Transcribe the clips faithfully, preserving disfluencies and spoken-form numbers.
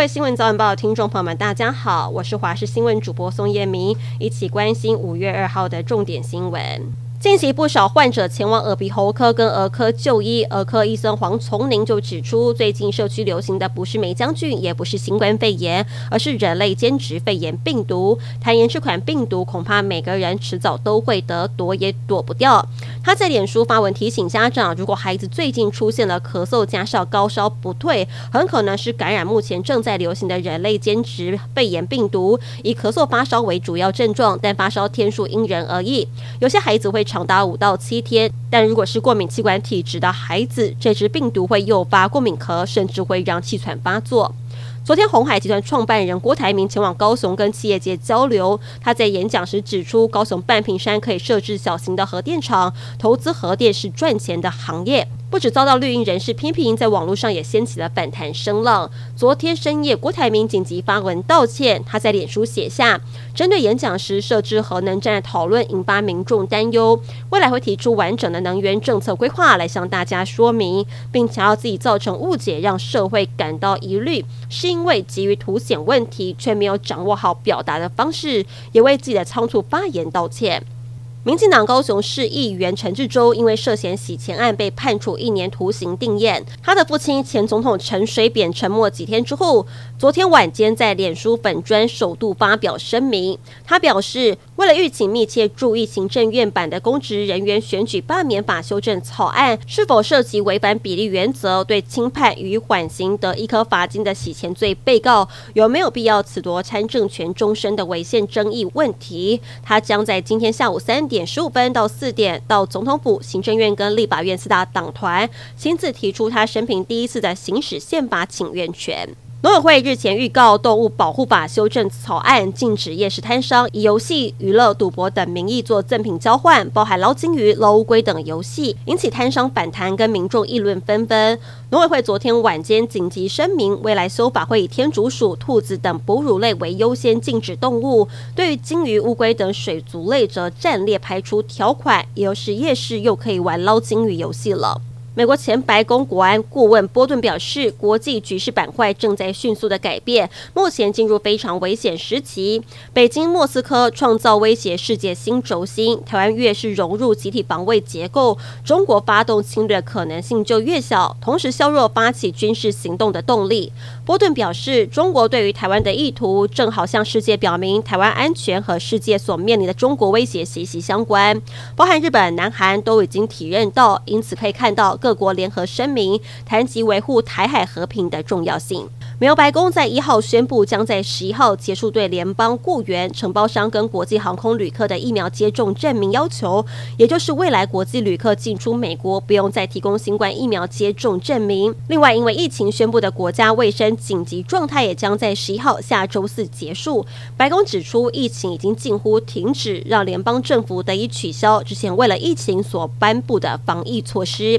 位新闻早晚报的听众朋友们，大家好，我是华视新闻主播宋叶明，一起关心五月二号的重点新闻。近期不少患者前往耳鼻喉科跟儿科就医，儿科医生黄从宁就指出，最近社区流行的不是梅将军，也不是新冠肺炎，而是人类间质肺炎病毒。坦言这款病毒恐怕每个人迟早都会得，躲也躲不掉。他在脸书发文提醒家长，如果孩子最近出现了咳嗽加上高烧不退，很可能是感染目前正在流行的人类间质肺炎病毒，以咳嗽发烧为主要症状，但发烧天数因人而异，有些孩子会长达五到七天，但如果是过敏气管体质的孩子，这支病毒会诱发过敏咳，甚至会让气喘发作。昨天，鸿海集团创办人郭台铭前往高雄跟企业界交流。他在演讲时指出，高雄半屏山可以设置小型的核电厂，投资核电是赚钱的行业。不只遭到绿营人士批评，在网络上也掀起了反弹声浪。昨天深夜，郭台铭紧急发文道歉。他在脸书写下，针对演讲时设置核能站的讨论引发民众担忧，未来会提出完整的能源政策规划来向大家说明，并强调自己造成误解，让社会感到疑虑，是因为急于凸显问题，却没有掌握好表达的方式，也为自己的仓促发言道歉。民进党高雄市议员陈志洲因为涉嫌洗钱案被判处一年徒刑定谳。他的父亲前总统陈水扁沉默几天之后，昨天晚间在脸书粉专首度发表声明。他表示，为了预请密切注意行政院版的公职人员选举罢免法修正草案是否涉及违反比例原则，对轻判与缓刑得一颗罚金的洗钱罪被告有没有必要褫夺参政权终身的违宪争议问题，他将在今天下午三点十五分到四点到总统府、行政院跟立法院四大党团亲自提出他生平第一次的行使宪法请愿权。农委会日前预告，动物保护法修正草案禁止夜市摊商以游戏、娱乐、赌博等名义做赠品交换，包含捞金鱼、捞乌龟等游戏，引起摊商反弹，跟民众议论纷纷。农委会昨天晚间紧急声明，未来修法会以天竺鼠、兔子等哺乳类为优先禁止动物，对于金鱼、乌龟等水族类则暂列排除条款，也就是夜市又可以玩捞金鱼游戏了。美国前白宫国安顾问波顿表示，国际局势板块正在迅速的改变，目前进入非常危险时期。北京、莫斯科创造威胁世界新轴心，台湾越是融入集体防卫结构，中国发动侵略可能性就越小，同时削弱发起军事行动的动力。波顿表示，中国对于台湾的意图正好向世界表明，台湾安全和世界所面临的中国威胁息息相关，包含日本、南韩都已经体认到，因此可以看到各国联合声明谈及维护台海和平的重要性。美国白宫在一号宣布，将在十一号结束对联邦雇员、承包商跟国际航空旅客的疫苗接种证明要求，也就是未来国际旅客进出美国不用再提供新冠疫苗接种证明。另外，因为疫情宣布的国家卫生紧急状态也将在十一号下周四结束。白宫指出，疫情已经近乎停止，让联邦政府得以取消之前为了疫情所颁布的防疫措施。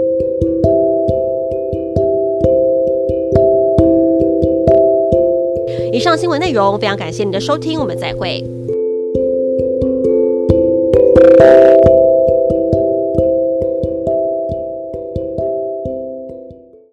以上新闻内容非常感谢你的收听，我们再会。